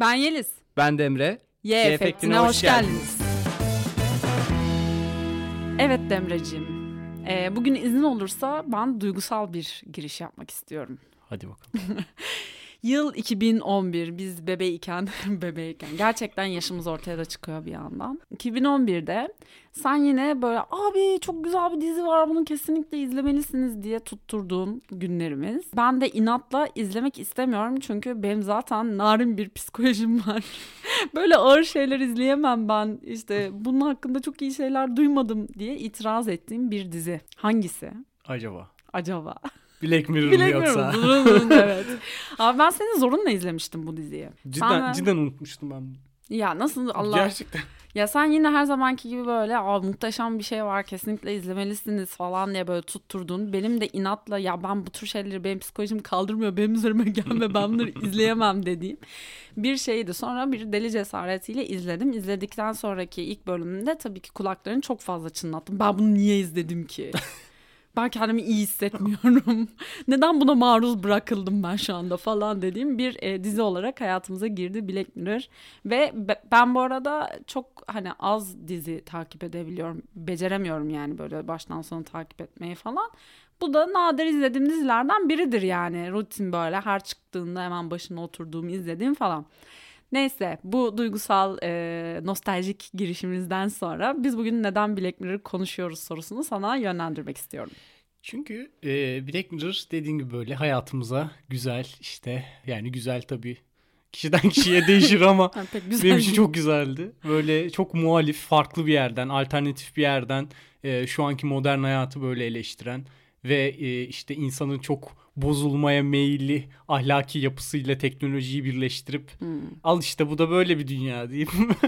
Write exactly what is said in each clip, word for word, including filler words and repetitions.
Ben Yeliz. Ben de Emre. Y Efekti'ne hoş, hoş geldiniz. Evet Demreciğim. Ee, bugün izin olursa ben duygusal bir giriş yapmak istiyorum. Hadi bakalım. Yıl iki bin on bir, biz bebeyken, bebeyken gerçekten yaşımız ortaya da çıkıyor bir yandan. iki bin on birde sen yine böyle abi çok güzel bir dizi var bunu kesinlikle izlemelisiniz diye tutturduğun günlerimiz. Ben de inatla izlemek istemiyorum çünkü benim zaten narin bir psikolojim var. Böyle ağır şeyler izleyemem ben, işte bunun hakkında çok iyi şeyler duymadım diye itiraz ettiğim bir dizi. Hangisi? Acaba? Acaba? Black Mirror mu yoksa? Evet. Abi ben seni zorunla izlemiştim bu diziyi. Cidden, sen... cidden unutmuştum ben. Ya nasıl Allah? Gerçekten. Ya sen yine her zamanki gibi böyle Aa, muhteşem bir şey var kesinlikle izlemelisiniz falan diye böyle tutturdun. Benim de inatla ya ben bu tür şeyleri benim psikolojim kaldırmıyor, benim üzerime gelme, ben bunları izleyemem dediğim bir şeydi. Sonra bir deli cesaretiyle izledim. İzledikten sonraki ilk bölümünde tabii ki kulaklarını çok fazla çınlattım. Ben bunu niye izledim ki? Ben kendimi iyi hissetmiyorum. Neden buna maruz bırakıldım ben şu anda falan dediğim bir e, dizi olarak hayatımıza girdi Black Mirror. Ve be, ben bu arada çok hani az dizi takip edebiliyorum. Beceremiyorum yani böyle baştan sona takip etmeyi falan. Bu da nadir izlediğim dizilerden biridir yani. Rutin böyle her çıktığında hemen başına oturduğum izlediğim falan. Neyse, bu duygusal e, nostaljik girişimimizden sonra biz bugün neden Black Mirror konuşuyoruz sorusunu sana yönlendirmek istiyorum. Çünkü e, Black Mirror dediğin gibi böyle hayatımıza güzel, işte yani güzel tabii kişiden kişiye değişir ama benim için çok güzeldi. Böyle çok muhalif, farklı bir yerden, alternatif bir yerden e, şu anki modern hayatı böyle eleştiren ve e, işte insanın çok bozulmaya meyilli ahlaki yapısıyla teknolojiyi birleştirip hmm. al işte bu da böyle bir dünya deyip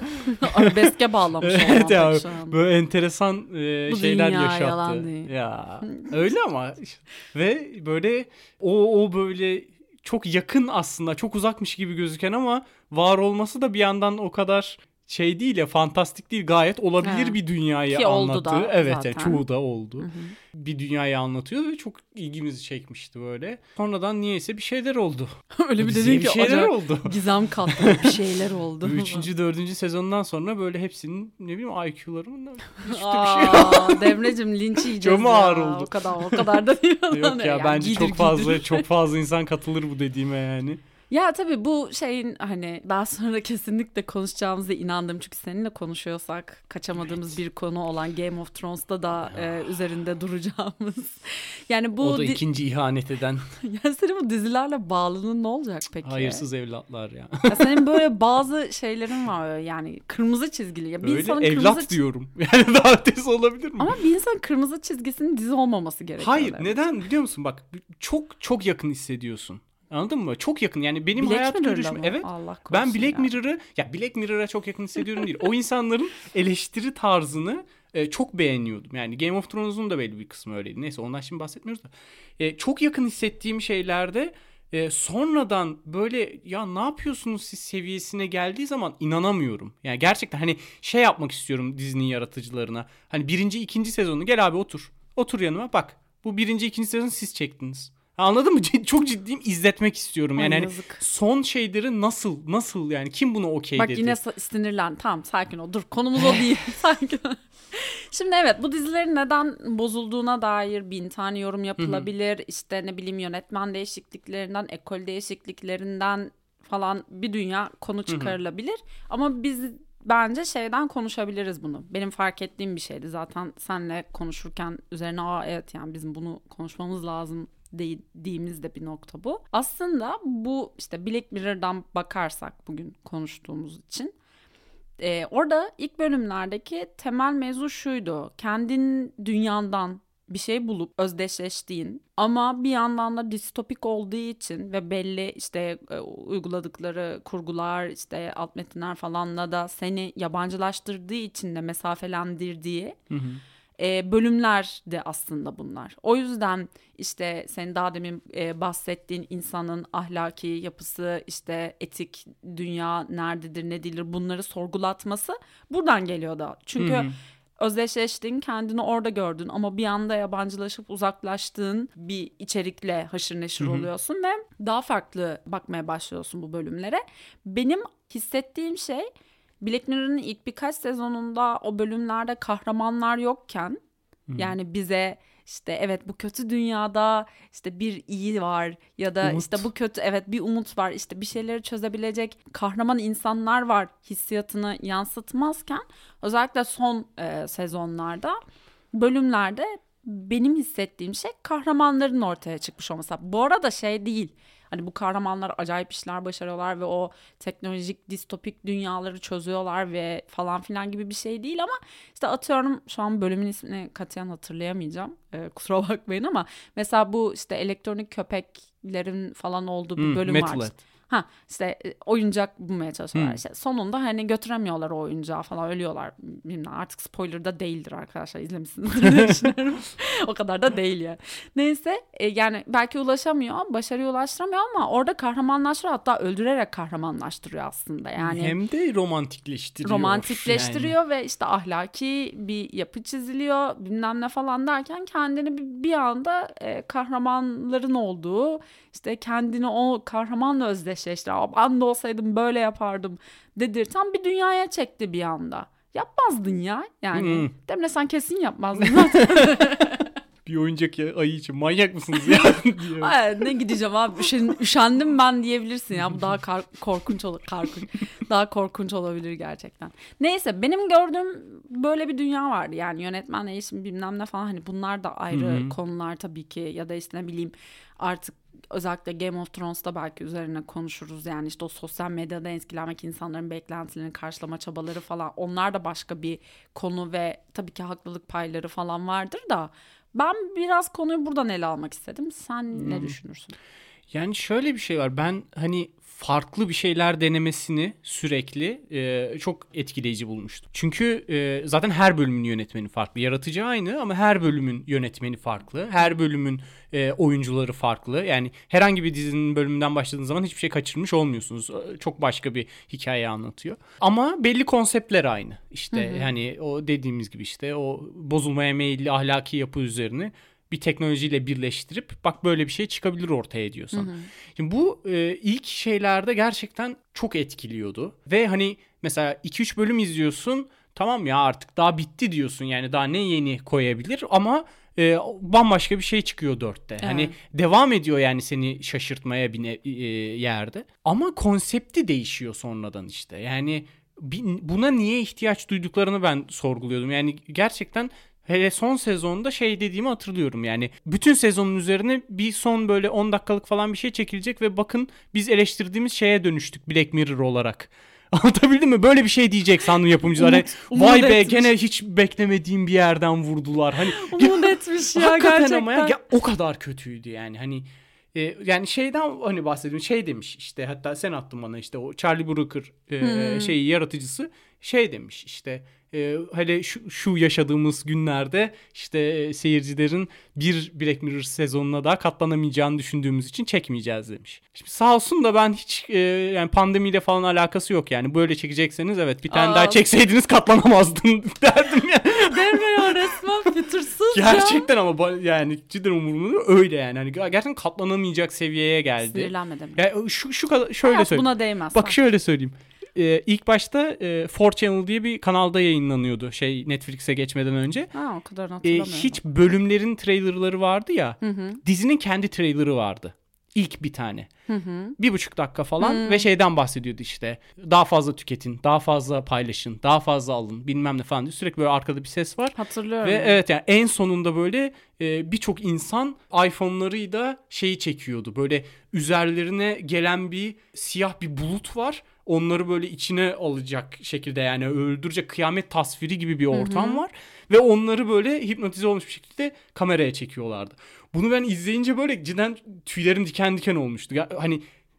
arabeske bağlamış evet ya, böyle enteresan e, bu şeyler dünya yaşattı. Yalan değil. Ya öyle ama ve böyle o o böyle çok yakın aslında, çok uzakmış gibi gözüken ama var olması da bir yandan o kadar şey değil ya, fantastik değil, gayet olabilir He. bir dünyayı Ki anlattığı. Evet zaten. Yani çoğu da oldu. Hı hı. Bir dünyayı anlatıyor ve çok ilgimizi çekmişti böyle. Sonradan niyeyse bir şeyler oldu. Öyle bir dedin ki bir şeyler oldu. Gizem kattı, bir şeyler oldu. Üçüncü, dördüncü sezondan sonra böyle hepsinin ne bileyim I Q'larımın düştü Aa, bir şey. Demreciğim linç yiyeceğiz çok ya. ağır oldu. O kadar o kadar da değil. Yok ya, yani bence giydir, çok fazla giydir. çok fazla insan katılır bu dediğime yani. Ya tabii bu şeyin hani daha sonra kesinlikle konuşacağımıza inandım. Çünkü seninle konuşuyorsak kaçamadığımız evet. bir konu olan Game of Thrones'ta da e, üzerinde duracağımız. Yani bu o da di- ikinci ihanet eden. Ya senin bu dizilerle bağlılığın ne olacak peki? Hayırsız evlatlar ya. Ya senin böyle bazı şeylerin var yani kırmızı çizgili. Ya bir Öyle insanın evlat kırmızı... diyorum. Yani daha ötesi olabilir mi? Ama bir insanın kırmızı çizgisinin dizi olmaması gerekiyor. Hayır, neden biliyor musun? Bak çok çok yakın hissediyorsun. Anladın mı? Çok yakın yani benim Black hayat görüşüm. Evet. Ben Black ya. Mirror'ı ya Black Mirror'a çok yakın hissediyorum değil. O insanların eleştiri tarzını e, çok beğeniyordum. Yani Game of Thrones'un da belli bir kısmı öyleydi. Neyse ondan şimdi bahsetmiyoruz da. E, çok yakın hissettiğim şeylerde e, sonradan böyle ya ne yapıyorsunuz siz seviyesine geldiği zaman inanamıyorum. Yani gerçekten hani şey yapmak istiyorum Disney yaratıcılarına. Hani birinci, ikinci sezonu gel abi otur. Otur yanıma bak. Bu birinci, ikinci sezonu siz çektiniz. Anladın mı? Çok ciddiyim, izletmek istiyorum. Yani hani son şeyleri nasıl nasıl yani kim bunu okey Bak dedi? Bak yine sinirlen. Tamam sakin ol. Dur konumuz o değil. Sakin ol. Şimdi evet bu dizilerin neden bozulduğuna dair bin tane yorum yapılabilir. Hı-hı. İşte ne bileyim yönetmen değişikliklerinden, ekol değişikliklerinden falan bir dünya konu çıkarılabilir. Hı-hı. Ama biz bence şeyden konuşabiliriz bunu. Benim fark ettiğim bir şeydi zaten seninle konuşurken üzerine aa evet yani bizim bunu konuşmamız lazım dediğimiz de bir nokta bu. Aslında bu işte Black Mirror'dan bakarsak bugün konuştuğumuz için e, orada ilk bölümlerdeki temel mevzu şuydu. Kendin dünyandan bir şey bulup özdeşleştiğin ama bir yandan da distopik olduğu için ve belli işte e, uyguladıkları kurgular işte alt metinler falanla da seni yabancılaştırdığı için de mesafelendirdiği hı hı. E, bölümler de aslında bunlar. O yüzden işte senin daha demin e, bahsettiğin insanın ahlaki yapısı, işte etik dünya nerededir, ne değildir bunları sorgulatması buradan geliyor da. Çünkü hı hı. özdeşleştiğin, kendini orada gördün ama bir anda yabancılaşıp uzaklaştığın bir içerikle haşır neşir oluyorsun ve daha farklı bakmaya başlıyorsun bu bölümlere. Benim hissettiğim şey, Black Mirror'ın ilk birkaç sezonunda o bölümlerde kahramanlar yokken, Hı-hı. yani bize işte evet bu kötü dünyada işte bir iyi var ya da umut. işte bu kötü evet bir umut var, işte bir şeyleri çözebilecek kahraman insanlar var hissiyatını yansıtmazken, özellikle son e, sezonlarda bölümlerde benim hissettiğim şey kahramanların ortaya çıkmış olması. Bu arada şey değil, hani bu kahramanlar acayip işler başarıyorlar ve o teknolojik distopik dünyaları çözüyorlar ve falan filan gibi bir şey değil ama işte atıyorum, şu an bölümün ismini katiyen hatırlayamayacağım. Ee, kusura bakmayın ama mesela bu işte elektronik köpeklerin falan olduğu bir bölüm hmm, var. Ha işte oyuncak bulmaya çalışıyorlar. Hmm. İşte sonunda hani götüremiyorlar o oyuncağı falan, ölüyorlar. Bilmiyorum, artık spoiler da değildir arkadaşlar, izlemişsinizdir düşünüyorum. O kadar da değil ya. Neyse e, yani belki ulaşamıyor, başarıya ulaştıramıyor ama orada kahramanlaştırıyor, hatta öldürerek kahramanlaştırıyor aslında. Yani hem de romantikleştiriyor. Romantikleştiriyor yani. Ve işte ahlaki bir yapı çiziliyor bilmem ne falan derken kendini bir, bir anda e, kahramanların olduğu, işte kendini o kahramanla özdeşleştiriyor. Ben de olsaydım böyle yapardım dedirten bir dünyaya çekti bir anda. Yapmazdın ya yani. Hmm. Demle sen kesin yapmazdın zaten. Bir oyuncak ya, ayı için manyak mısınız ya? Ay, ne gideceğim abi, Üşen, üşendim ben diyebilirsin ya. Bu daha kar, korkunç olur, korkunç. Daha korkunç olabilir gerçekten. Neyse, benim gördüğüm böyle bir dünya vardı. Yani yönetmen değişim bilmem ne falan, hani bunlar da ayrı Hı-hı. konular tabii ki, ya da işte ne bileyim artık özellikle Game of Thrones'ta belki üzerine konuşuruz. Yani işte o sosyal medyada etkilenmek, insanların beklentilerini karşılama çabaları falan, onlar da başka bir konu ve tabii ki haklılık payları falan vardır da ben biraz konuyu buradan ele almak istedim. Sen hmm. ne düşünürsün? Yani şöyle bir şey var. Ben hani farklı bir şeyler denemesini sürekli e, çok etkileyici bulmuştum. Çünkü e, zaten her bölümün yönetmeni farklı. Yaratıcı aynı ama her bölümün yönetmeni farklı. Her bölümün e, oyuncuları farklı. Yani herhangi bir dizinin bölümünden başladığınız zaman hiçbir şey kaçırmış olmuyorsunuz. Çok başka bir hikaye anlatıyor. Ama belli konseptler aynı. İşte hı hı. yani o dediğimiz gibi işte o bozulmaya meyilli ahlaki yapı üzerine bir teknolojiyle birleştirip bak böyle bir şey çıkabilir ortaya diyorsan. Hı hı. Şimdi bu e, ilk şeylerde gerçekten çok etkiliyordu. Ve hani mesela iki üç bölüm izliyorsun, tamam ya artık daha bitti diyorsun. Yani daha ne yeni koyabilir ama e, bambaşka bir şey çıkıyor dörtte. Evet. Hani devam ediyor yani seni şaşırtmaya bir ne, e, yerde. Ama konsepti değişiyor sonradan işte. Yani buna niye ihtiyaç duyduklarını ben sorguluyordum. Yani gerçekten hele son sezonda şey dediğimi hatırlıyorum, yani bütün sezonun üzerine bir son böyle on dakikalık falan bir şey çekilecek ve bakın biz eleştirdiğimiz şeye dönüştük Black Mirror olarak. Anlatabildim mi? Böyle bir şey diyecek sandım yapımcılar. Umut, umut Vay be etmiş. Gene hiç beklemediğim bir yerden vurdular. Hani umut etmiş ya gerçekten. Ama ya, ya, o kadar kötüydü yani. Hani e, yani şeyden hani bahsediyorum, şey demiş işte, hatta sen attın bana işte o Charlie Brooker e, hmm. şeyi yaratıcısı şey demiş işte. Ee, hele şu, şu yaşadığımız günlerde işte e, seyircilerin bir Black Mirror sezonuna daha katlanamayacağını düşündüğümüz için çekmeyeceğiz demiş. Şimdi sağ olsun da ben hiç e, yani pandemiyle falan alakası yok yani. Böyle çekecekseniz evet bir tane Aa. daha çekseydiniz katlanamazdım derdim ya. Deme ya, resmen fütursuz gerçekten ya. Ama yani cidden umurumda öyle yani. Hani gerçekten katlanamayacak seviyeye geldi. Sinirlenme deme. Yani şu, şu kadar şöyle Hayat söyleyeyim. buna değmez. Bak şöyle söyleyeyim. Ee, ilk başta e, four Channel diye bir kanalda yayınlanıyordu şey, Netflix'e geçmeden önce. Ha, o kadar hatırlamıyorum. Ee, hiç bölümlerin trailerları vardı ya. Hı hı. Dizinin kendi trailerı vardı. İlk bir tane. Hı hı. Bir buçuk dakika falan hı. ve şeyden bahsediyordu işte. Daha fazla tüketin, daha fazla paylaşın, daha fazla alın bilmem ne falan diye. Sürekli böyle arkada bir ses var. Hatırlıyorum. Ve evet yani en sonunda böyle e, birçok insan iPhone'larıyla şeyi çekiyordu. Böyle üzerlerine gelen bir siyah bir bulut var. Onları böyle içine alacak şekilde, yani öldürecek, kıyamet tasviri gibi bir ortam hı hı. var. Ve onları böyle hipnotize olmuş bir şekilde kameraya çekiyorlardı. Bunu ben izleyince böyle cidden tüylerim diken diken olmuştu. Ya, hani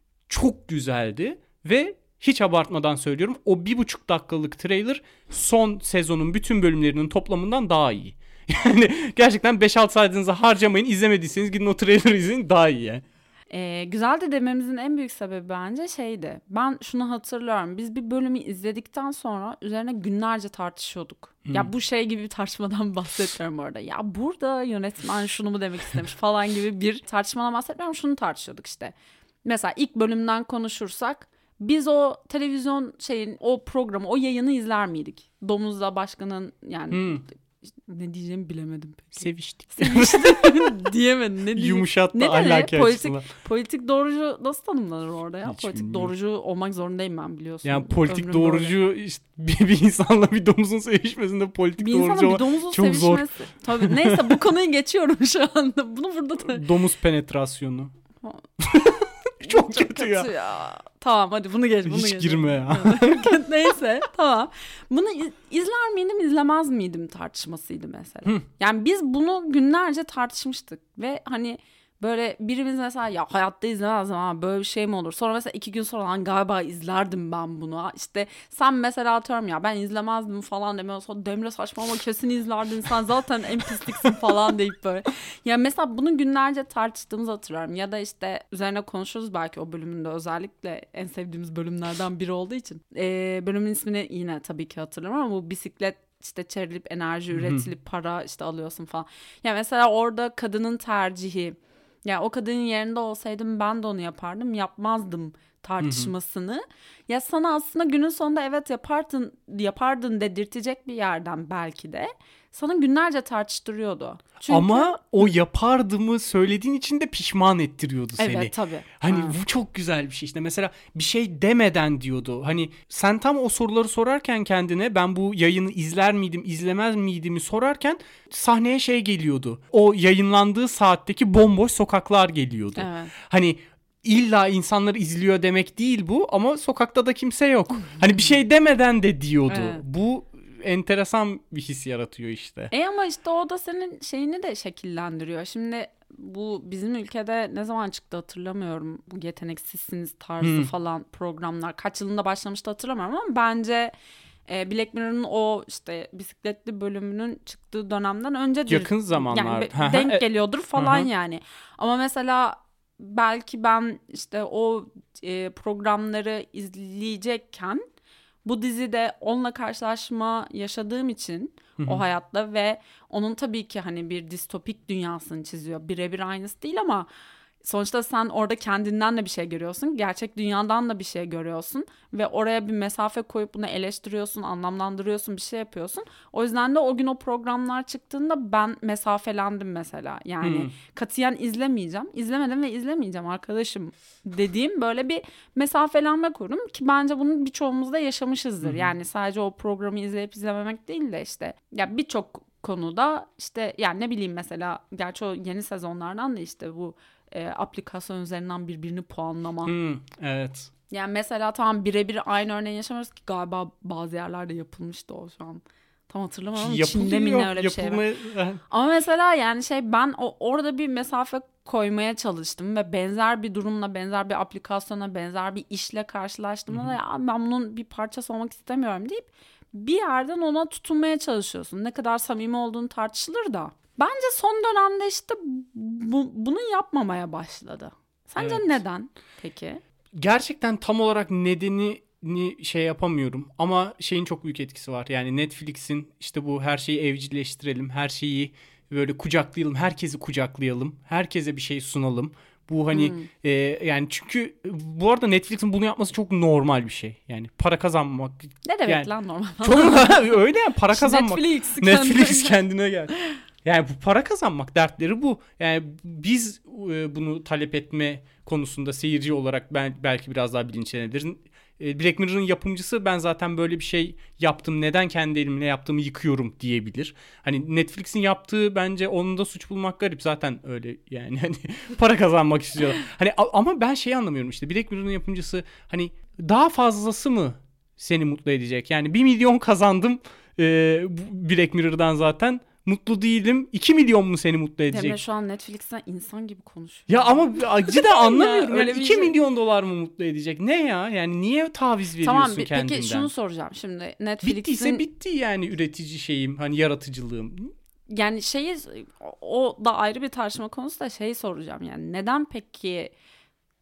çok güzeldi ve hiç abartmadan söylüyorum, o bir buçuk dakikalık trailer son sezonun bütün bölümlerinin toplamından daha iyi. Yani gerçekten beş altı saatinizi harcamayın, izlemediyseniz gidin o trailer'ı izleyin, daha iyi yani. Ee, güzel de dememizin en büyük sebebi bence şeydi. Ben şunu hatırlıyorum. Biz bir bölümü izledikten sonra üzerine günlerce tartışıyorduk. Hmm. Ya bu şey gibi bir tartışmadan bahsetmiyorum orada. Ya burada yönetmen şunu mu demek istemiş falan gibi bir tartışmadan bahsetmiyorum. Şunu tartışıyorduk işte. Mesela ilk bölümden konuşursak biz o televizyon şeyin o programı, o yayını izler miydik? Domuzla başkanın yani hmm. ne diyeceğimi bilemedim peki. Seviştik. Seviştik diyemedim. Ne diyeyim? Yumuşattı ahlaki politik, politik doğrucu nasıl tanımlanır orada ya? Hiç politik bilmiyorum. Doğrucu olmak zorundayım ben biliyorsun. Yani politik Ömrüm doğrucu işte bir, bir insanla bir domuzun sevişmesinde politik bir doğrucu olmak çok sevişmesi. Zor. Tabii neyse bu konuyu geçiyorum şu anda. Bunu burada da... Domuz penetrasyonu. Çok, çok kötü, kötü ya. ya. Tamam hadi bunu geç. Bunu Hiç geç. girme ya. Neyse tamam. Bunu izler miydim izlemez miydim tartışmasıydı mesela. Hı. Yani biz bunu günlerce tartışmıştık. Ve hani böyle birimiz mesela ya hayatta izlemezdim ama böyle bir şey mi olur? Sonra mesela iki gün sonra lan galiba izlerdim ben bunu. İşte sen mesela atıyorum ya ben izlemezdim falan demiyor. Sonra Demre saçmalama kesin izlerdin sen zaten en pisliksin falan deyip böyle. Ya mesela bunu günlerce tartıştığımızı hatırlıyorum. Ya da işte üzerine konuşuruz belki o bölümünde özellikle en sevdiğimiz bölümlerden biri olduğu için. Ee, bölümün ismini yine tabii ki hatırlamıyorum ama bu bisiklet işte çevrilip enerji üretilip para işte alıyorsun falan. Ya mesela orada kadının tercihi. Ya o kadının yerinde olsaydım ben de onu yapardım, yapmazdım tartışmasını. Hı hı. Ya sana aslında günün sonunda evet yapardın, yapardın dedirtecek bir yerden belki de sana günlerce tartıştırıyordu. Çünkü... Ama o yapardımı söylediğin için de pişman ettiriyordu seni. Evet tabii. Hani ha. Bu çok güzel bir şey işte. Mesela bir şey demeden diyordu. Hani sen tam o soruları sorarken kendine ben bu yayını izler miydim, izlemez miydim sorarken sahneye şey geliyordu. O yayınlandığı saatteki bomboş sokaklar geliyordu. Evet. Hani İlla insanlar izliyor demek değil bu ama sokakta da kimse yok. Hani bir şey demeden de diyordu. Evet. Bu enteresan bir his yaratıyor işte. E ama işte o da senin şeyini de şekillendiriyor. Şimdi bu bizim ülkede ne zaman çıktı hatırlamıyorum. Bu yeteneksizsiniz tarzı hmm. falan programlar. Kaç yılında başlamıştı hatırlamıyorum ama bence e, Black Mirror'ın o işte bisikletli bölümünün çıktığı dönemden öncedir. Yakın zamanlar. Yani denk geliyordur falan yani. Ama mesela belki ben işte o e, programları izleyecekken bu dizide onunla karşılaşma yaşadığım için Hı-hı. o hayatta ve onun tabii ki hani bir distopik dünyasını çiziyor. Birebir aynısı değil ama sonuçta sen orada kendinden de bir şey görüyorsun. Gerçek dünyadan da bir şey görüyorsun. Ve oraya bir mesafe koyup bunu eleştiriyorsun, anlamlandırıyorsun, bir şey yapıyorsun. O yüzden de o gün o programlar çıktığında ben mesafelendim mesela. Yani hmm. katiyen izlemeyeceğim. İzlemedim ve izlemeyeceğim arkadaşım dediğim böyle bir mesafelenme kurdum. Ki bence bunu birçoğumuz da yaşamışızdır. Hmm. Yani sadece o programı izleyip izlememek değil de işte ya birçok konuda işte yani ne bileyim mesela gerçi o yeni sezonlardan da işte bu E, aplikasyon üzerinden birbirini puanlama. Hmm, evet. Yani mesela tamam birebir aynı örneği yaşamıyoruz ki galiba bazı yerlerde yapılmıştı o şu an. Tam hatırlamıyorum ama Çin'de mi ne öyle bir şey var. Ama mesela yani şey ben o, orada bir mesafe koymaya çalıştım ve benzer bir durumla, benzer bir aplikasyona, benzer bir işle karşılaştığımda da ya ben bunun bir parçası olmak istemiyorum deyip bir yerden ona tutunmaya çalışıyorsun. Ne kadar samimi olduğunu tartışılır da. Bence son dönemde işte bu, bunu yapmamaya başladı. Sence evet. Neden peki? Gerçekten tam olarak nedenini şey yapamıyorum. Ama şeyin çok büyük etkisi var. Yani Netflix'in işte bu her şeyi evcilleştirelim, her şeyi böyle kucaklayalım, herkesi kucaklayalım, herkese bir şey sunalım. Bu hani hmm. e, yani çünkü bu arada Netflix'in bunu yapması çok normal bir şey. Yani para kazanmak. Ne demek yani, lan normal? Çok öyle yani para kazanmak. Netflix, Netflix kendine gel. Yani bu para kazanmak dertleri bu. Yani biz e, bunu talep etme konusunda seyirci olarak ben belki biraz daha bilinçlenebiliriz. E, Black Mirror'ın yapımcısı ben zaten böyle bir şey yaptım. Neden kendi elimle yaptığımı yıkıyorum diyebilir. Hani Netflix'in yaptığı bence onun da suç bulmak garip. Zaten öyle yani hani para kazanmak istiyorlar. Hani ama ben şeyi anlamıyorum işte. Black Mirror'ın yapımcısı hani daha fazlası mı seni mutlu edecek? Yani bir milyon kazandım e, Black Mirror'dan zaten. Mutlu değilim. iki milyon mu seni mutlu edecek? Demre şu an Netflix'ten insan gibi konuşuyor. Ya ama cidden anlamıyorum. Yani iki milyon dolar mı mutlu edecek? Ne ya? Yani niye taviz veriyorsun tamam, kendinden? Tamam peki şunu soracağım. Şimdi Netflix'in... Bittiyse bitti yani üretici şeyim. Hani yaratıcılığım. Yani şeyi o da ayrı bir tartışma konusu da şeyi soracağım. Yani neden peki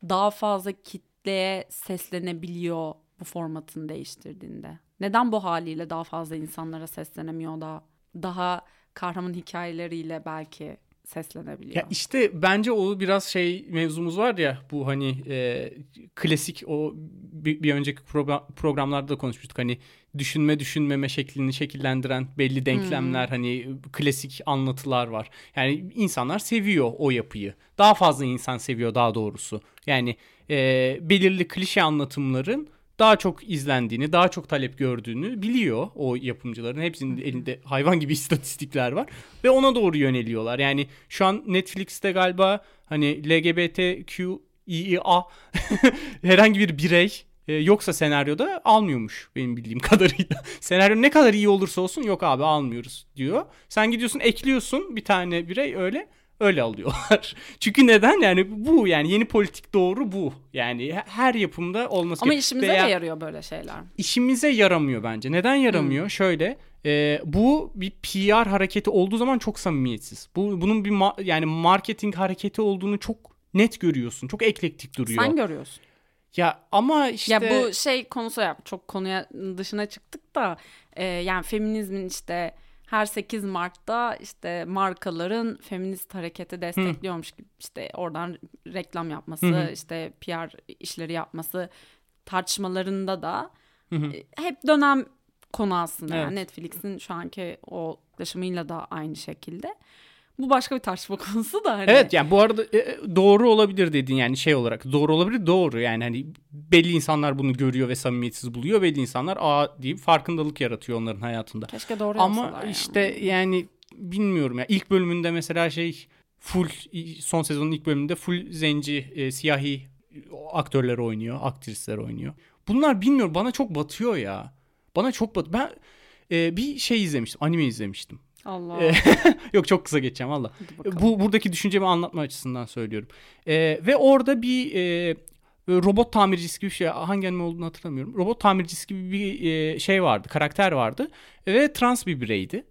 daha fazla kitleye seslenebiliyor bu formatını değiştirdiğinde? Neden bu haliyle daha fazla insanlara seslenemiyor da daha kahraman hikayeleriyle belki seslenebiliyor? Ya işte bence o biraz şey mevzumuz var ya, bu hani e, klasik o bir, bir önceki program, programlarda da konuşmuştuk. Hani düşünme düşünmeme şeklini şekillendiren belli denklemler, hmm. hani klasik anlatılar var. Yani insanlar seviyor o yapıyı. Daha fazla insan seviyor daha doğrusu. Yani e, belirli klişe anlatımların daha çok izlendiğini, daha çok talep gördüğünü biliyor o yapımcıların. Hepsinin elinde hayvan gibi istatistikler var ve ona doğru yöneliyorlar. Yani şu an Netflix'te galiba hani L G B T Q I A herhangi bir birey e, yoksa senaryoda almıyormuş benim bildiğim kadarıyla. Senaryo ne kadar iyi olursa olsun yok abi almıyoruz diyor. Sen gidiyorsun ekliyorsun bir tane birey, öyle öyle alıyorlar. Çünkü neden? Yani bu, yani yeni politik doğru bu. Yani her yapımda olması Ama işimize Veya, de yarıyor böyle şeyler. İşimize yaramıyor bence. Neden yaramıyor? Hmm. Şöyle, e, bu bir P R hareketi olduğu zaman çok samimiyetsiz. Bu bunun bir ma- yani marketing hareketi olduğunu çok net görüyorsun. Çok eklektik duruyor. Sen görüyorsun. Ya ama işte... Ya bu şey konusu yap. Çok konuya dışına çıktık da e, yani feminizmin işte her sekiz Mart'ta işte markaların feminist hareketi destekliyormuş gibi işte oradan reklam yapması, Hı-hı. işte P R işleri yapması tartışmalarında da Hı-hı. hep dönem konu aslında. Evet. Yani Netflix'in şu anki o yaklaşımıyla da aynı şekilde. Bu başka bir tartışma konusu da hani. Evet, yani bu arada doğru olabilir dedin, yani şey olarak doğru olabilir, doğru yani hani belli insanlar bunu görüyor ve samimiyetsiz buluyor, belli insanlar aa deyip farkındalık yaratıyor onların hayatında. Keşke doğru ama işte yani. yani bilmiyorum ya, ilk bölümünde mesela şey full, son sezonun ilk bölümünde full zenci e, siyahi aktörler oynuyor, aktrisler oynuyor. Bunlar bilmiyorum, bana çok batıyor ya. Bana çok bat. Ben e, bir şey izlemiştim, anime izlemiştim. Allah. Yok, çok kısa geçeceğim valla. Bu buradaki düşüncemi anlatma açısından söylüyorum. Ee, ve orada bir e, robot tamircisi gibi bir şey, hangi anime olduğunu hatırlamıyorum. Robot tamircisi gibi bir e, şey vardı, karakter vardı ve trans bir bireydi.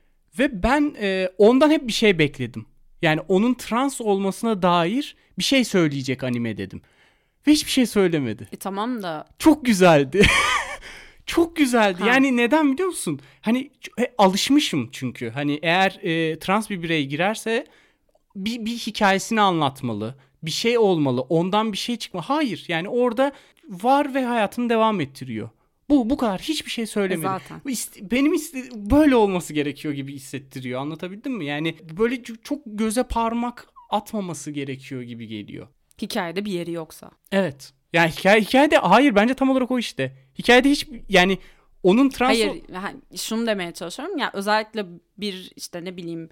Ve ben e, ondan hep bir şey bekledim. Yani onun trans olmasına dair bir şey söyleyecek anime dedim. Ve hiçbir şey söylemedi. E tamam da. Çok güzeldi. Çok güzeldi. Ha. Yani neden biliyor musun? Hani e, alışmışım çünkü. Hani eğer e, trans bir birey girerse bir, bir hikayesini anlatmalı. Bir şey olmalı. Ondan bir şey çıkma. Hayır. Yani orada var ve hayatını devam ettiriyor. Bu bu kadar. Hiçbir şey söylemedi. E zaten. Benim iste- böyle olması gerekiyor gibi hissettiriyor. Anlatabildim mi? Yani böyle çok göze parmak atmaması gerekiyor gibi geliyor. Hikayede bir yeri yoksa. Evet. Yani hikaye, hikayede hayır, bence tam olarak o işte. Hikayede hiç yani onun trans... Hayır, şunu demeye çalışıyorum ya, özellikle bir işte ne bileyim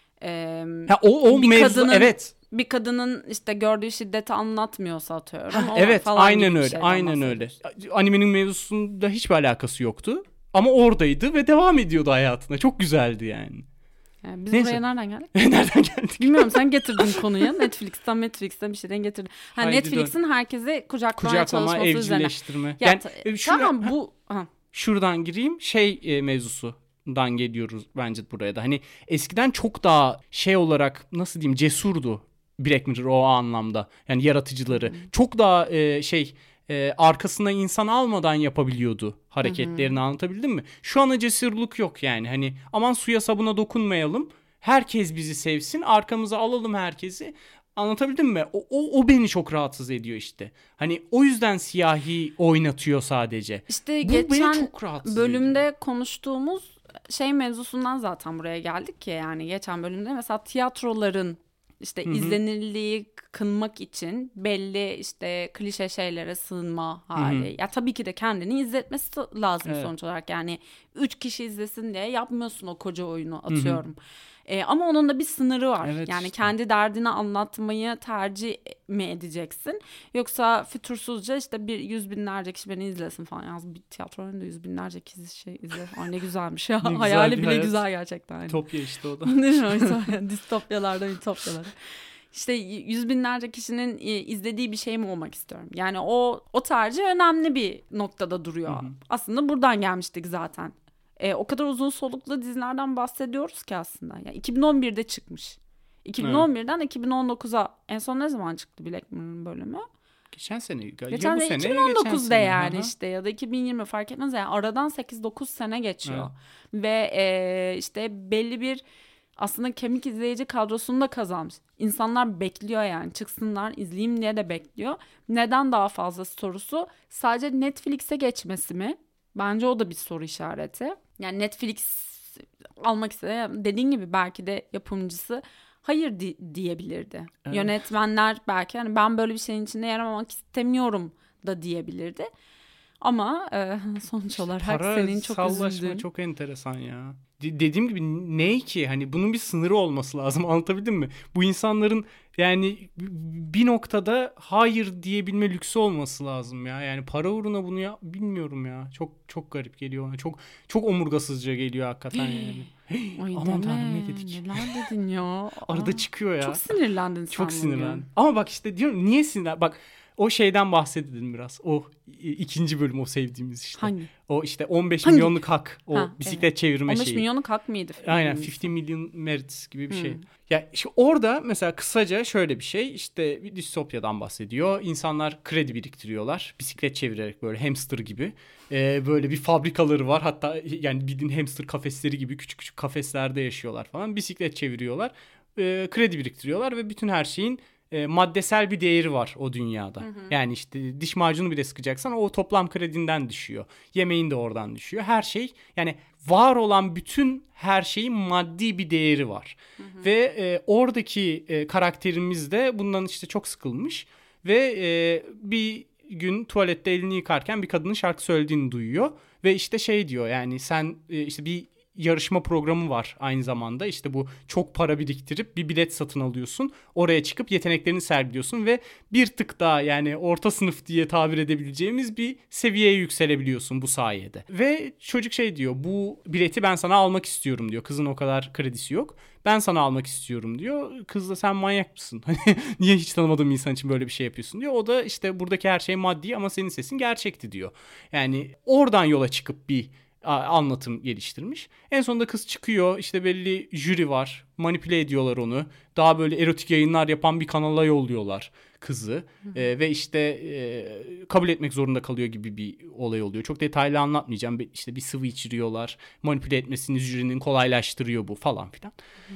e, ha, o, o bir mevzu, kadının evet. bir kadının işte gördüğü şiddeti anlatmıyorsa atıyorum. Ha, evet, aynen öyle. Aynen öyle. Animenin mevzusunda hiçbir alakası yoktu ama oradaydı ve devam ediyordu hayatına. Çok güzeldi yani. Yani biz Neyse. Buraya nereden geldik? Nereden geldik? Bilmiyorum, sen getirdin konuyu. Netflix'ten Netflix'ten bir şeyden getirdin. Ha, Netflix'in herkesi kucaklamaya Kucaklama, çalışması evcilleştirme. üzerine. Yani, yani şuna, tamam bu. Ha. Şuradan gireyim, şey e, mevzusundan geliyoruz bence buraya da. Hani eskiden çok daha şey olarak, nasıl diyeyim, cesurdu Black Mirror o anlamda. Yani yaratıcıları. Hmm. Çok daha e, şey... E, arkasına insan almadan yapabiliyordu hareketlerini, hı hı. Anlatabildim mi? Şu ana cesurluk yok yani. Hani aman suya sabuna dokunmayalım. Herkes bizi sevsin. Arkamıza alalım herkesi. Anlatabildim mi? O, o, o beni çok rahatsız ediyor işte. Hani o yüzden siyahi oynatıyor sadece. İşte Bu geçen bölümde ediyor. konuştuğumuz şey mevzusundan zaten buraya geldik ki, yani geçen bölümde mesela tiyatroların İşte Hı-hı. izlenirliği kınmak için belli işte klişe şeylere sığınma hali. Hı-hı. Ya tabii ki de kendini izletmesi lazım, evet. Sonuç olarak. Yani üç kişi izlesin diye yapmıyorsun o koca oyunu, atıyorum. E, ama onun da bir sınırı var. Evet, yani işte. Kendi derdini anlatmayı tercih mi edeceksin? Yoksa fütursuzca işte bir yüz binlerce kişi beni izlesin falan. Yalnız bir tiyatro oyununda yüz binlerce kişi şey izler. Ay ne güzelmiş ya. Ne Hayali güzel bile hayat. Güzel gerçekten. Yani. Ütopya işte o da. Distopyalardan ütopyalara. İşte yüz binlerce kişinin izlediği bir şey mi olmak istiyorum? Yani o o tercih önemli bir noktada duruyor. Hı hı. Aslında buradan gelmiştik zaten. E, o kadar uzun soluklu dizilerden bahsediyoruz ki aslında. Yani iki bin on birde çıkmış. iki bin on birden evet. iki bin on dokuza en son ne zaman çıktı Black Mirror'ın bölümü? Geçen sene. Geçen ya bu sene sene iki bin on dokuzda geçen sene. yani Aha. işte ya da iki bin yirmi fark etmez yani aradan sekiz dokuz sene geçiyor. Evet. Ve e, işte belli bir aslında kemik izleyici kadrosunu da kazanmış. İnsanlar bekliyor yani çıksınlar izleyeyim diye de bekliyor. Neden daha fazla sorusu sadece Netflix'e geçmesi mi? Bence o da bir soru işareti. Yani Netflix almak istedi. Dediğin gibi belki de yapımcısı hayır di- diyebilirdi. Evet. Yönetmenler belki hani ben böyle bir şeyin içinde yer almak istemiyorum da diyebilirdi. Ama e, sonuç işte olarak para senin çok sallaşma üzüldüğün. çok enteresan ya. De- dediğim gibi ne ki hani bunun bir sınırı olması lazım. Anlatabildim mi? Bu insanların yani bir noktada hayır diyebilme lüksü olması lazım ya. Yani para uğruna bunu ya bilmiyorum ya. Çok çok garip geliyor ona. Çok çok omurgasızca geliyor hakikaten yani. Ay aman deme, tanrım ne dedik? Neler dedin ya? Arada Aa, çıkıyor ya. Çok sinirlendin sen Çok bugün. sinirlendim. Ama bak işte diyorum niye sinirlen? Bak o şeyden bahsedelim biraz. O ikinci bölüm o sevdiğimiz işte. Hangi? O işte on beş Hangi? milyonluk hak. O Ha, bisiklet evet. çevirme on beş şeyi. milyonluk hak mıydı? Aynen elli milyon merits gibi bir hmm. şey. Ya işte orada mesela kısaca şöyle bir şey. İşte bir distopyadan bahsediyor. İnsanlar kredi biriktiriyorlar. Bisiklet çevirerek böyle hamster gibi. Ee, böyle bir fabrikaları var. Hatta yani bildiğin hamster kafesleri gibi küçük küçük kafeslerde yaşıyorlar falan. Bisiklet çeviriyorlar. Ee, kredi biriktiriyorlar ve bütün her şeyin e, maddesel bir değeri var o dünyada. Hı hı. Yani işte diş macunu bile sıkacaksan o toplam kredinden düşüyor. Yemeğin de oradan düşüyor. Her şey yani var olan bütün her şeyin maddi bir değeri var. Hı hı. Ve e, oradaki e, karakterimiz de bundan işte çok sıkılmış. Ve e, bir gün tuvalette elini yıkarken bir kadının şarkı söylediğini duyuyor. Ve işte şey diyor yani sen e, işte bir yarışma programı var aynı zamanda. İşte bu çok para biriktirip bir bilet satın alıyorsun. Oraya çıkıp yeteneklerini sergiliyorsun ve bir tık daha yani orta sınıf diye tabir edebileceğimiz bir seviyeye yükselebiliyorsun bu sayede. Ve çocuk şey diyor bu bileti ben sana almak istiyorum diyor. Kızın o kadar kredisi yok. Ben sana almak istiyorum diyor. Kız da sen manyak mısın? Hani niye hiç tanımadığım insan için böyle bir şey yapıyorsun diyor. O da işte buradaki her şey maddi ama senin sesin gerçekti diyor. Yani oradan yola çıkıp bir anlatım geliştirmiş. En sonunda kız çıkıyor. İşte belli jüri var. Manipüle ediyorlar onu. Daha böyle erotik yayınlar yapan bir kanala yolluyorlar kızı. Ee, ve işte e, kabul etmek zorunda kalıyor gibi bir olay oluyor. Çok detaylı anlatmayacağım. İşte bir sıvı içiriyorlar. Manipüle etmesini jürinin kolaylaştırıyor bu falan filan.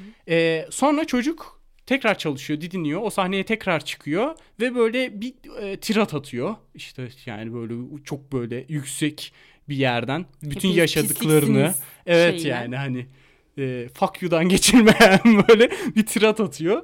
Ee, sonra çocuk tekrar çalışıyor, didiniyor. O sahneye tekrar çıkıyor ve böyle bir e, tirat atıyor. İşte yani böyle çok böyle yüksek bir yerden bütün Hepiniz yaşadıklarını evet şeyle. Yani hani e, fuck you'dan geçirmeyen böyle bir tirat atıyor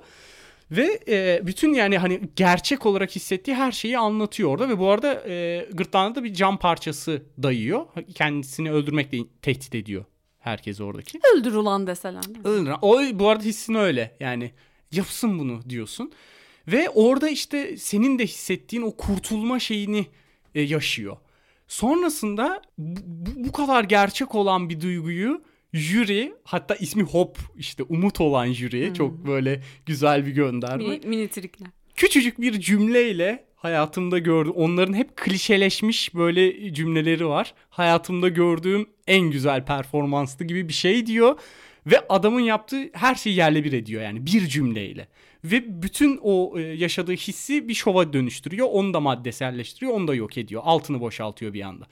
ve e, bütün yani hani gerçek olarak hissettiği her şeyi anlatıyor orada ve bu arada e, gırtlağına da bir cam parçası dayıyor. Kendisini öldürmekle tehdit ediyor herkes oradaki. Öldür ulan deseler. Öldür. O bu arada hissin öyle yani yapsın bunu diyorsun ve orada işte senin de hissettiğin o kurtulma şeyini e, yaşıyor. Sonrasında bu, bu kadar gerçek olan bir duyguyu jüri hatta ismi Hop işte umut olan jüri hmm. çok böyle güzel bir gönderme. Mini, mini trikler. Küçücük bir cümleyle hayatımda gördüm. Onların hep klişeleşmiş böyle cümleleri var. Hayatımda gördüğüm en güzel performanstı gibi bir şey diyor. Ve adamın yaptığı her şeyi yerle bir ediyor yani bir cümleyle. Ve bütün o yaşadığı hissi bir şova dönüştürüyor. Onu da maddeselleştiriyor, onu da yok ediyor. Altını boşaltıyor bir anda.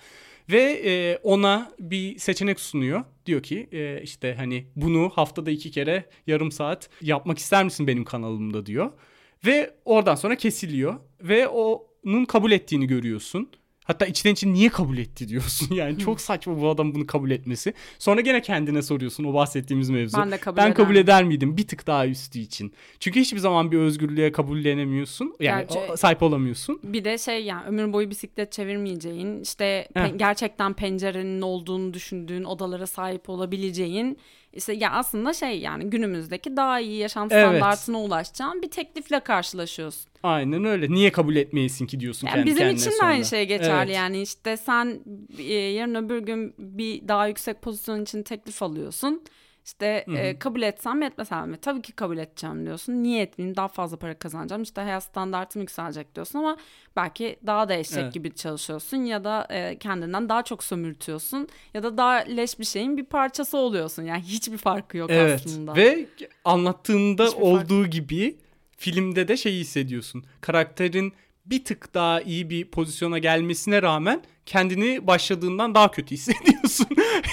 Ve ona bir seçenek sunuyor. Diyor ki işte hani bunu haftada iki kere yarım saat yapmak ister misin benim kanalımda diyor. Ve oradan sonra kesiliyor. Ve onun kabul ettiğini görüyorsun. Hatta içten içe niye kabul etti diyorsun. Yani çok saçma bu adam bunu kabul etmesi. Sonra gene kendine soruyorsun o bahsettiğimiz mevzu. Ben de kabul ben eder kabul eder miydim? Bir tık daha üstü için. Çünkü hiçbir zaman bir özgürlüğe kabullenemiyorsun. Yani Gerçi, sahip olamıyorsun. Bir de şey yani ömür boyu bisiklet çevirmeyeceğin, işte pe- gerçekten pencerenin olduğunu düşündüğün odalara sahip olabileceğin, işte ya aslında şey yani günümüzdeki daha iyi yaşam standartına evet. ulaşacağın bir teklifle karşılaşıyorsun. Aynen öyle. Niye kabul etmeyesin ki diyorsun yani kendi bizim kendine için sonra. de aynı şey geçerli evet. Yani işte sen e, yarın öbür gün bir daha yüksek pozisyon için teklif alıyorsun. İşte e, kabul etsem mi etmesem mi? Tabii ki kabul edeceğim diyorsun. Niye etmeyeyim? Daha fazla para kazanacağım. İşte hayat standartım yükselecek diyorsun ama belki daha da eşek evet. gibi çalışıyorsun ya da e, kendinden daha çok sömürtüyorsun ya da daha leş bir şeyin bir parçası oluyorsun. Yani hiçbir farkı yok evet. aslında. Ve anlattığında hiçbir olduğu fark... gibi filmde de şeyi hissediyorsun. Karakterin bir tık daha iyi bir pozisyona gelmesine rağmen kendini başladığından daha kötü hissediyorsun.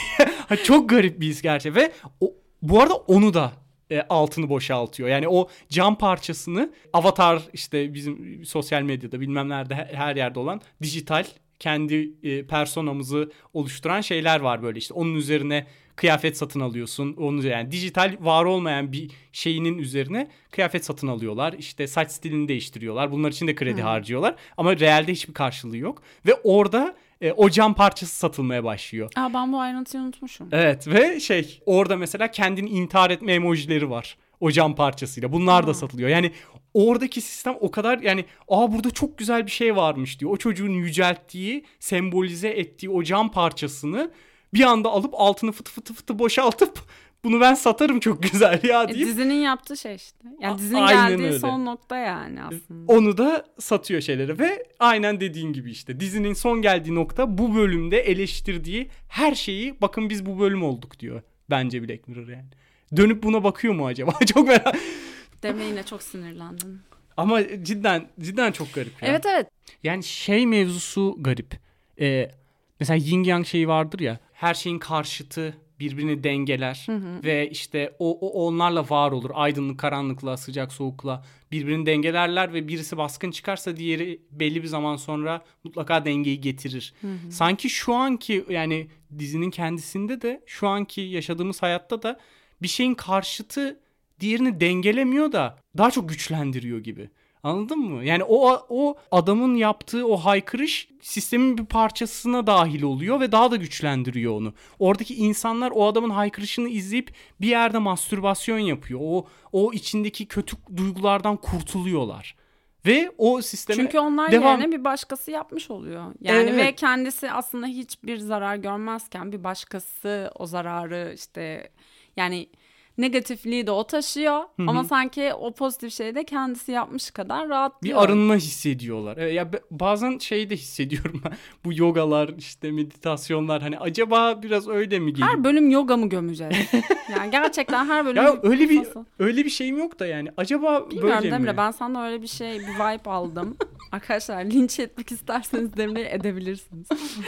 Çok garip bir his gerçekten. Ve o, bu arada onu da e, altını boşaltıyor. Yani o cam parçasını Avatar, işte bizim sosyal medyada bilmem nerede her yerde olan dijital kendi e, personamızı oluşturan şeyler var böyle işte. Onun üzerine kıyafet satın alıyorsun. Onun yani dijital var olmayan bir şeyinin üzerine kıyafet satın alıyorlar. İşte saç stilini değiştiriyorlar. Bunlar için de kredi hmm. harcıyorlar. Ama realde hiçbir karşılığı yok. Ve orada e, o cam parçası satılmaya başlıyor. Aa, ben bu ayrıntıyı unutmuşum. Evet ve şey orada mesela kendini intihar etme emojileri var. O cam parçasıyla. Bunlar da satılıyor. Yani oradaki sistem o kadar yani aa burada çok güzel bir şey varmış diyor. O çocuğun yücelttiği, sembolize ettiği o cam parçasını bir anda alıp altını fıtı fıtı fıtı boşaltıp bunu ben satarım çok güzel ya deyip. E, dizinin yaptığı şey işte. Yani dizinin aynen geldiği öyle. Son nokta yani aslında. Onu da satıyor şeyleri ve aynen dediğin gibi işte dizinin son geldiği nokta bu bölümde eleştirdiği her şeyi bakın biz bu bölüm olduk diyor. Bence Black Mirror yani. Dönüp buna bakıyor mu acaba? Çok merak. Deme yine çok sinirlendim. Ama cidden cidden çok garip ya. Evet evet. Yani şey mevzusu garip. Ee, mesela yin yang şeyi vardır ya. Her şeyin karşıtı birbirini dengeler. Hı hı. Ve işte o, o onlarla var olur. Aydınlık karanlıkla, sıcak soğukla birbirini dengelerler ve birisi baskın çıkarsa diğeri belli bir zaman sonra mutlaka dengeyi getirir. Hı hı. Sanki şu anki yani dizinin kendisinde de şu anki yaşadığımız hayatta da bir şeyin karşıtı diğerini dengelemiyor da daha çok güçlendiriyor gibi. Anladın mı? Yani o o adamın yaptığı o haykırış sistemin bir parçasına dahil oluyor ve daha da güçlendiriyor onu. Oradaki insanlar o adamın haykırışını izleyip bir yerde mastürbasyon yapıyor. O o içindeki kötü duygulardan kurtuluyorlar. Ve o sisteme çünkü onlar devam... yerine bir başkası yapmış oluyor. Yani evet. Ve kendisi aslında hiçbir zarar görmezken bir başkası o zararı işte yani negatifliği de o taşıyor. Hı-hı. Ama sanki o pozitif şeyi de kendisi yapmış kadar rahatlıyor. Bir arınma hissediyorlar. Evet, ya bazen şeyi de hissediyorum ben. Bu yogalar işte meditasyonlar hani acaba biraz öyle mi geliyor? Her bölüm yoga mı gömeceğiz? Yani gerçekten her bölüm. Ya öyle bir nasıl? Öyle bir şeyim yok da yani. Acaba bilmiyorum böyle Demre, mi? Ben senden öyle bir şey bir vibe aldım. Arkadaşlar linç etmek isterseniz Demre'yi edebilirsiniz.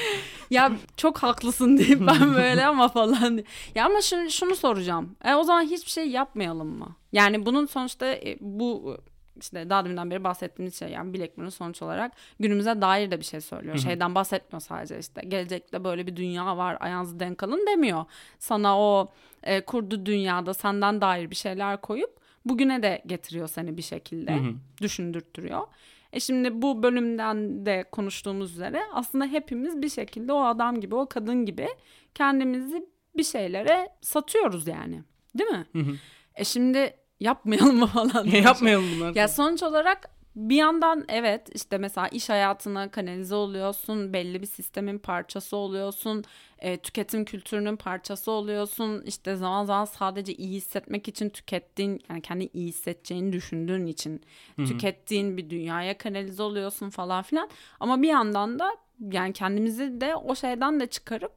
Ya çok haklısın deyip ben böyle ama falan diye. Ya ama şunu, şunu soracağım. E, o zaman hiçbir şey yapmayalım mı? Yani bunun sonuçta e, bu işte daha deminden beri bahsettiğimiz şey yani Black Mirror sonuç olarak günümüze dair de bir şey söylüyor. Hı-hı. Şeyden bahsetmiyor sadece işte gelecekte böyle bir dünya var ayağınızı denk alın demiyor. Sana o e, kurduğu dünyada senden dair bir şeyler koyup bugüne de getiriyor seni bir şekilde. Hı-hı. Düşündürtüyor. E şimdi bu bölümden de konuştuğumuz üzere aslında hepimiz bir şekilde o adam gibi o kadın gibi kendimizi bir şeylere satıyoruz yani. Değil mi? Hı hı. E şimdi yapmayalım mı falan. Yapmayalım bunlar. Ya sonuç olarak bir yandan evet işte mesela iş hayatına kanalize oluyorsun. Belli bir sistemin parçası oluyorsun. E, tüketim kültürünün parçası oluyorsun. İşte zaman zaman sadece iyi hissetmek için tükettiğin yani kendi iyi hissedeceğini düşündüğün için Hı-hı. tükettiğin bir dünyaya kanalize oluyorsun falan filan. Ama bir yandan da yani kendimizi de o şeyden de çıkarıp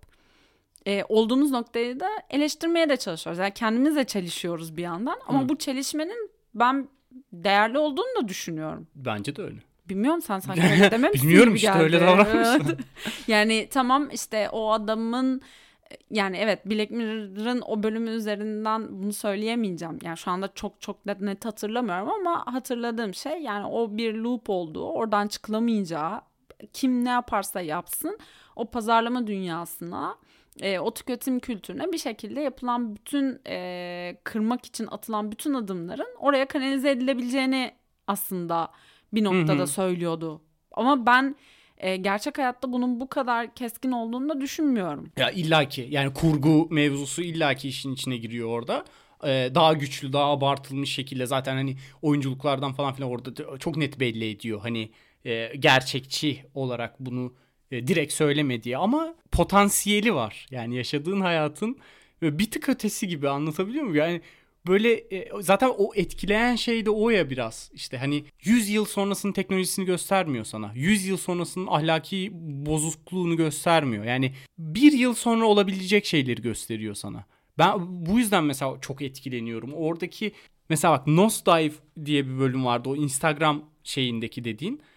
E, olduğumuz noktayı da eleştirmeye de çalışıyoruz. Yani kendimizle çelişiyoruz bir yandan. Ama Hı. bu çelişmenin ben değerli olduğunu da düşünüyorum. Bence de öyle. Bilmiyorum sen sanki öyle dememişsin. Bilmiyorum işte öyle davranmışsın. Yani tamam işte o adamın yani evet Black Mirror'ın o bölümü üzerinden bunu söyleyemeyeceğim. Yani şu anda çok çok net, net hatırlamıyorum ama hatırladığım şey yani o bir loop olduğu, oradan çıkılamayacağı, kim ne yaparsa yapsın o pazarlama dünyasına, e, o tüketim kültürüne bir şekilde yapılan bütün e, kırmak için atılan bütün adımların oraya kanalize edilebileceğini aslında bir noktada Hı-hı. söylüyordu. Ama ben e, gerçek hayatta bunun bu kadar keskin olduğunu da düşünmüyorum. Ya illaki yani kurgu mevzusu illaki işin içine giriyor orada. Ee, daha güçlü, daha abartılmış şekilde zaten hani oyunculuklardan falan filan orada çok net belli ediyor. Hani e, gerçekçi olarak bunu e, direkt söylemediği ama potansiyeli var. Yani yaşadığın hayatın bir tık ötesi gibi, anlatabiliyor muyum? Yani böyle e, zaten o etkileyen şey de o ya biraz. İşte hani yüz yıl sonrasının teknolojisini göstermiyor sana. yüz yıl sonrasının ahlaki bozukluğunu göstermiyor. Yani bir yıl sonra olabilecek şeyleri gösteriyor sana. Ben bu yüzden mesela çok etkileniyorum. Oradaki mesela bak Nosedive diye bir bölüm vardı. O Instagram şeyindeki dediğin.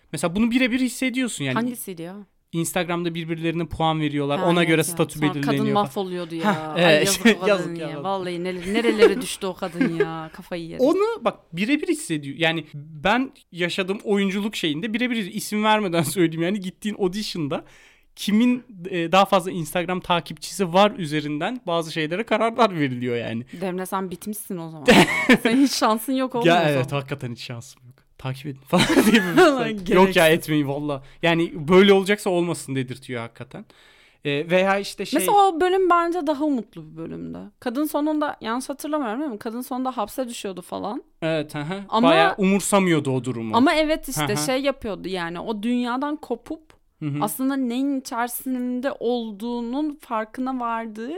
Mesela bunu birebir hissediyorsun yani. Hangisiydi ya? Instagram'da birbirlerine puan veriyorlar. Ha, ona evet göre statü belirleniyor. Kadın mahvoluyordu ya. Ha, Ay evet, yazık o kadın yazık ya. ya. Vallahi nerelere, nerelere düştü o kadın ya. Kafayı yedim. Onu bak birebir hissediyor. Yani ben yaşadığım oyunculuk şeyinde birebir isim vermeden söyleyeyim. Yani gittiğin audition'da kimin daha fazla Instagram takipçisi var üzerinden bazı şeylere kararlar veriliyor yani. Demre sen bitmişsin o zaman. Senin hiç şansın yok oğlum ya o evet zaman. Hakikaten hiç şansım yok. Takip edin falan diye bir yok ya etmeyin valla. Yani böyle olacaksa olmasın dedirtiyor hakikaten. Ee, veya işte şey. Mesela o bölüm bence daha umutlu bir bölümdü. Kadın sonunda yanlış hatırlamıyorum değil mi? Kadın sonunda hapse düşüyordu falan. Evet. Hı. Ama, bayağı umursamıyordu o durumu. Ama evet işte Hı hı. şey yapıyordu yani o dünyadan kopup hı hı. aslında neyin içerisinde olduğunun farkına vardığı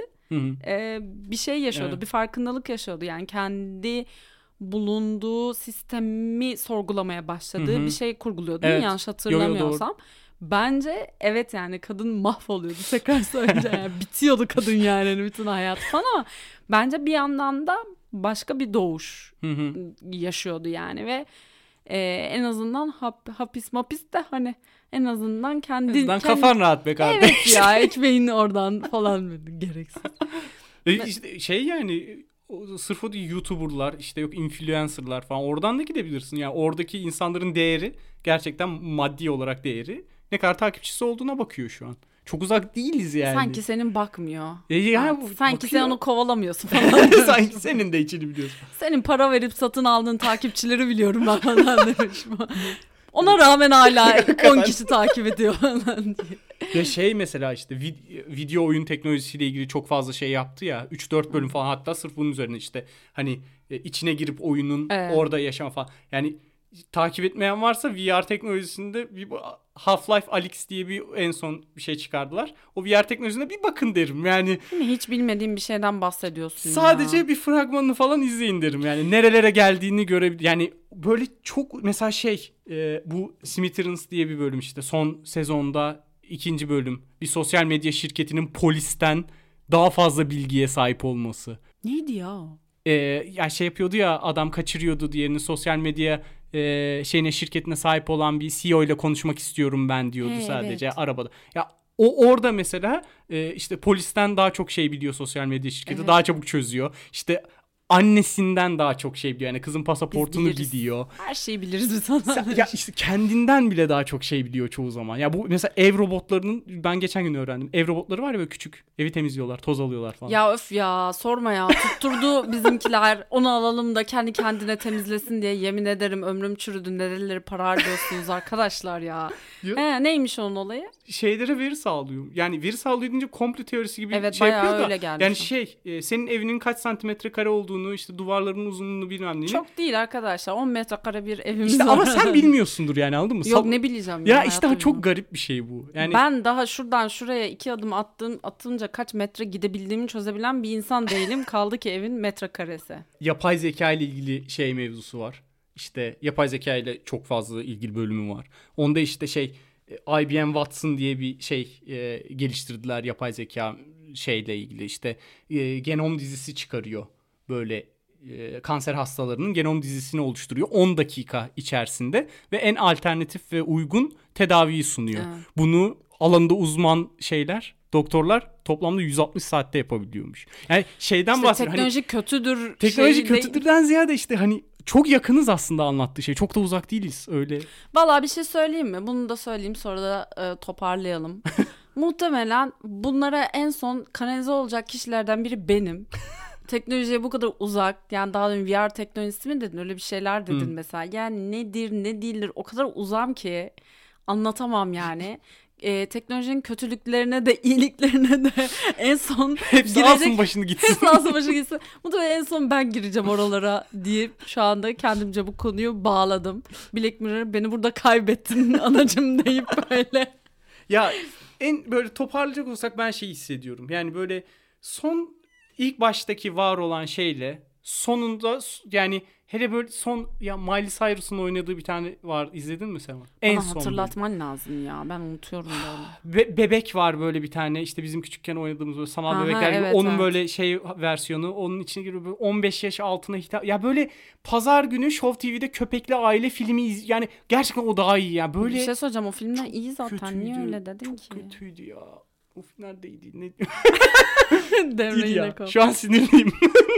e, bir şey yaşıyordu. Evet. Bir farkındalık yaşıyordu. Yani kendi bulunduğu sistemi sorgulamaya başladığı hı hı. bir şey kurguluyordu evet. değil mi? Yanlış hatırlamıyorsam. Yo, yo, bence evet yani kadın mahvoluyordu tekrar söyleyince yani bitiyordu kadın yani bütün hayat falan ama bence bir yandan da başka bir doğuş hı hı. yaşıyordu yani ve e, en azından hap, hapis mapis de hani en azından kendi... En azından kendi... kafan rahat be kardeş. Evet ya ekmeğin oradan falan gereksiz. e işte şey yani... O, sırf o değil YouTuber'lar işte yok influencer'lar falan oradan da gidebilirsin. Yani oradaki insanların değeri gerçekten maddi olarak değeri ne kadar takipçisi olduğuna bakıyor şu an. Çok uzak değiliz yani. Sanki senin bakmıyor. E, yani evet, sanki bakıyor. sen onu kovalamıyorsun falan. Sanki senin de içini biliyorsun. Senin para verip satın aldığın takipçileri biliyorum ben falan demiş. Ona rağmen hala on kişi takip ediyor falan diye. Ya şey mesela işte vid- video oyun teknolojisiyle ilgili çok fazla şey yaptı ya. üç dört bölüm falan hatta sırf bunun üzerine işte hani içine girip oyunun evet. orada yaşama falan. Yani takip etmeyen varsa V R teknolojisinde bir Half-Life Alyx diye bir en son bir şey çıkardılar. O V R teknolojisine bir bakın derim yani. Hiç bilmediğim bir şeyden bahsediyorsun sadece ya. bir fragmanını falan izleyin derim yani. Nerelere geldiğini görebilir. Yani böyle çok mesela şey e, bu Smithereens diye bir bölüm işte son sezonda ikinci bölüm. Bir sosyal medya şirketinin polisten daha fazla bilgiye sahip olması. Neydi ya? Ee, ya şey yapıyordu ya adam kaçırıyordu diğerini sosyal medya e, şeyine şirketine sahip olan bir C E O ile konuşmak istiyorum ben diyordu He, sadece evet. arabada. Ya o orada mesela e, işte polisten daha çok şey biliyor sosyal medya şirketi evet. daha çabuk çözüyor. İşte annesinden daha çok şey biliyor. Yani kızın pasaportunu biliyor. Her şeyi biliriz biz sana. Ya işte kendinden bile daha çok şey biliyor çoğu zaman. Ya bu mesela ev robotlarının ben geçen gün öğrendim. Ev robotları var ya böyle küçük. Evi temizliyorlar, toz alıyorlar falan. Ya öf ya sorma ya. Tutturdu bizimkiler. Onu alalım da kendi kendine temizlesin diye yemin ederim ömrüm çürüdü. Nereleri para harcıyorsunuz arkadaşlar ya. ya. He, neymiş onun olayı? Şeylere veri sağlıyor. Yani veri sağlıyor deyince komplo teorisi gibi evet, şey yapıyor da. Evet öyle gelmiş. Yani şey e, senin evinin kaç santimetre kare olduğunu işte duvarların uzunluğunu bilmem neyini. Çok değil arkadaşlar. on metrekare bir evimiz işte var. Ama sen bilmiyorsundur yani anladın mı? Yok ne bileceğim ya. Ya işte çok garip bir şey bu. Yani ben daha şuradan şuraya iki adım attığım atınca kaç metre gidebildiğimi çözebilen bir insan değilim. Kaldı ki evin metrekaresi. Yapay zeka ile ilgili şey mevzusu var. İşte yapay zeka ile çok fazla ilgili bölümü var. Onda işte şey I B M Watson diye bir şey e, geliştirdiler yapay zeka şeyle ilgili. İşte e, genom dizisi çıkarıyor. Böyle e, kanser hastalarının genom dizisini oluşturuyor on dakika içerisinde ve en alternatif ve uygun tedaviyi sunuyor. Evet. Bunu alanında uzman şeyler, doktorlar toplamda yüz altmış saatte yapabiliyormuş. Yani şeyden işte bahsediyorum. Teknoloji hani, kötüdür. Teknoloji şey kötüdürden ziyade işte hani çok yakınız aslında anlattığı şey. Çok da uzak değiliz öyle. Vallahi bir şey söyleyeyim mi? Bunu da söyleyeyim sonra da e, toparlayalım. Muhtemelen bunlara en son kanalize olacak kişilerden biri benim. Teknolojiye bu kadar uzak. Yani daha önce V R teknolojisi mi dedin? Öyle bir şeyler dedin hmm. mesela. Yani nedir ne değildir o kadar uzam ki anlatamam yani. Ee, teknolojinin kötülüklerine de iyiliklerine de en son hepsi girecek, alsın başını gitsin. Hepsi alsın başını gitsin. Bu da en son ben gireceğim oralara deyip şu anda kendimce bu konuyu bağladım. Black Mirror beni burada kaybettin anacım deyip böyle. Ya en böyle toparlayacak olsak ben şey hissediyorum. Yani böyle son ilk baştaki var olan şeyle sonunda yani hele böyle son ya Miley Cyrus'un oynadığı bir tane var. İzledin mi sen onu? En Bana son hatırlatman böyle. lazım ya. Ben unutuyorum böyle. Be- bebek var böyle bir tane. İşte bizim küçükken oynadığımız böyle sanal Aha, bebekler gibi. evet, Onun evet. böyle şey versiyonu. Onun içine giriyor böyle on beş yaş altına hitap. Ya böyle pazar günü Show T V'de köpekli aile filmi iz- yani gerçekten o daha iyi ya. Böyle Bir şey söyleyeceğim, o filmler iyi zaten. kötüydü, Niye öyle dedin çok ki? Çok kötüydü ya. O filmler de iyiydi. Ne Devre yine kop. Şu an sinirliyim.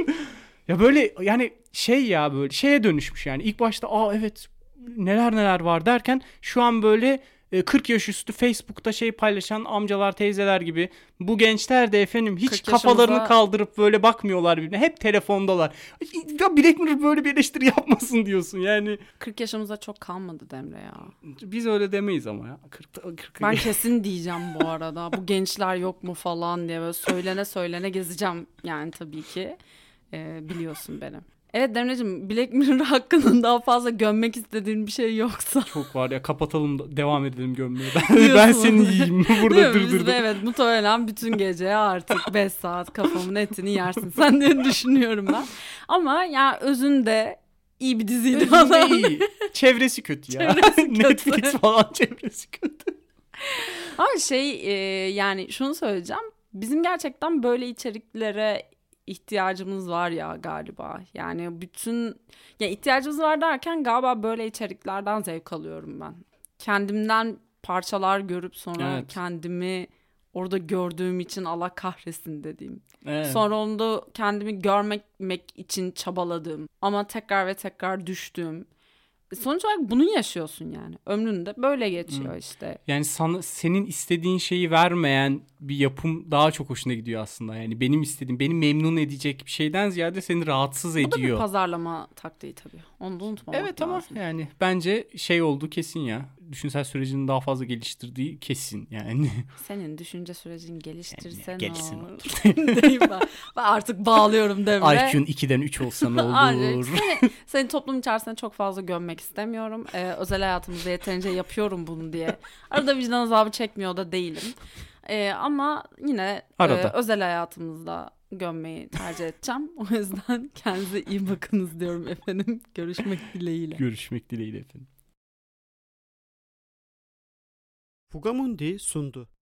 Ya böyle yani şey ya böyle şeye dönüşmüş yani. İlk başta aa evet neler neler var derken şu an böyle kırk yaş üstü Facebook'ta şey paylaşan amcalar teyzeler gibi bu gençler de efendim hiç kafalarını yaşımıza... kaldırıp böyle bakmıyorlar birbirine. Hep telefondalar. Ya Black Mirror böyle bir eleştiri yapmasın diyorsun yani. kırk yaşımıza çok kalmadı Demre ya. Biz öyle demeyiz ama ya. kırk, kırk... Ben kesin diyeceğim bu arada. Bu gençler yok mu falan diye böyle söylene söylene gezeceğim yani tabii ki. Ee, biliyorsun beni. Evet Demreciğim, Black Mirror hakkında daha fazla gömmek istediğin bir şey yoksa. Çok var ya, kapatalım da devam edelim gömmeye. Ben, ben seni yiyeyim burada durdurdum. Evet muhtemelen bütün gece artık beş saat kafamın etini yersin sen diye düşünüyorum ben. Ama ya özünde iyi bir diziydi. Özünde iyi. Çevresi kötü ya. Çevresi kötü. Netflix falan çevresi kötü. Ama şey e, yani şunu söyleyeceğim. Bizim gerçekten böyle içeriklere ihtiyacımız var ya galiba. Yani bütün ya ihtiyacımız var derken galiba böyle içeriklerden zevk alıyorum ben. Kendimden parçalar görüp sonra evet. kendimi orada gördüğüm için Allah kahretsin dediğim. Evet. Sonra onu kendimi görmek için çabaladığım ama tekrar ve tekrar düştüğüm. Sonuç olarak bunu yaşıyorsun yani. Ömründe böyle geçiyor hmm. işte. Yani sana, senin istediğin şeyi vermeyen bir yapım daha çok hoşuna gidiyor aslında. Yani benim istediğim, beni memnun edecek bir şeyden ziyade seni rahatsız ediyor. Bu da bir pazarlama taktiği tabii. Onu da unutmamak evet, lazım. Evet ama yani bence şey oldu kesin ya. Düşünsel sürecini daha fazla geliştirdiği kesin yani. Senin düşünce sürecini geliştirsen yani gelişsin olur. Değil ben. ben artık bağlıyorum Demre. I Q'un ikiden üç olsa ne olur? seni, seni toplum içerisinde çok fazla gömmek istemiyorum. Ee, özel hayatımızda yeterince yapıyorum bunu diye. Arada vicdan azabı çekmiyor da değilim. Ee, ama yine e, özel hayatımızda gömmeyi tercih edeceğim. O yüzden kendinize iyi bakınız diyorum efendim. Görüşmek dileğiyle. Görüşmek dileğiyle efendim. Fugamundi sundu.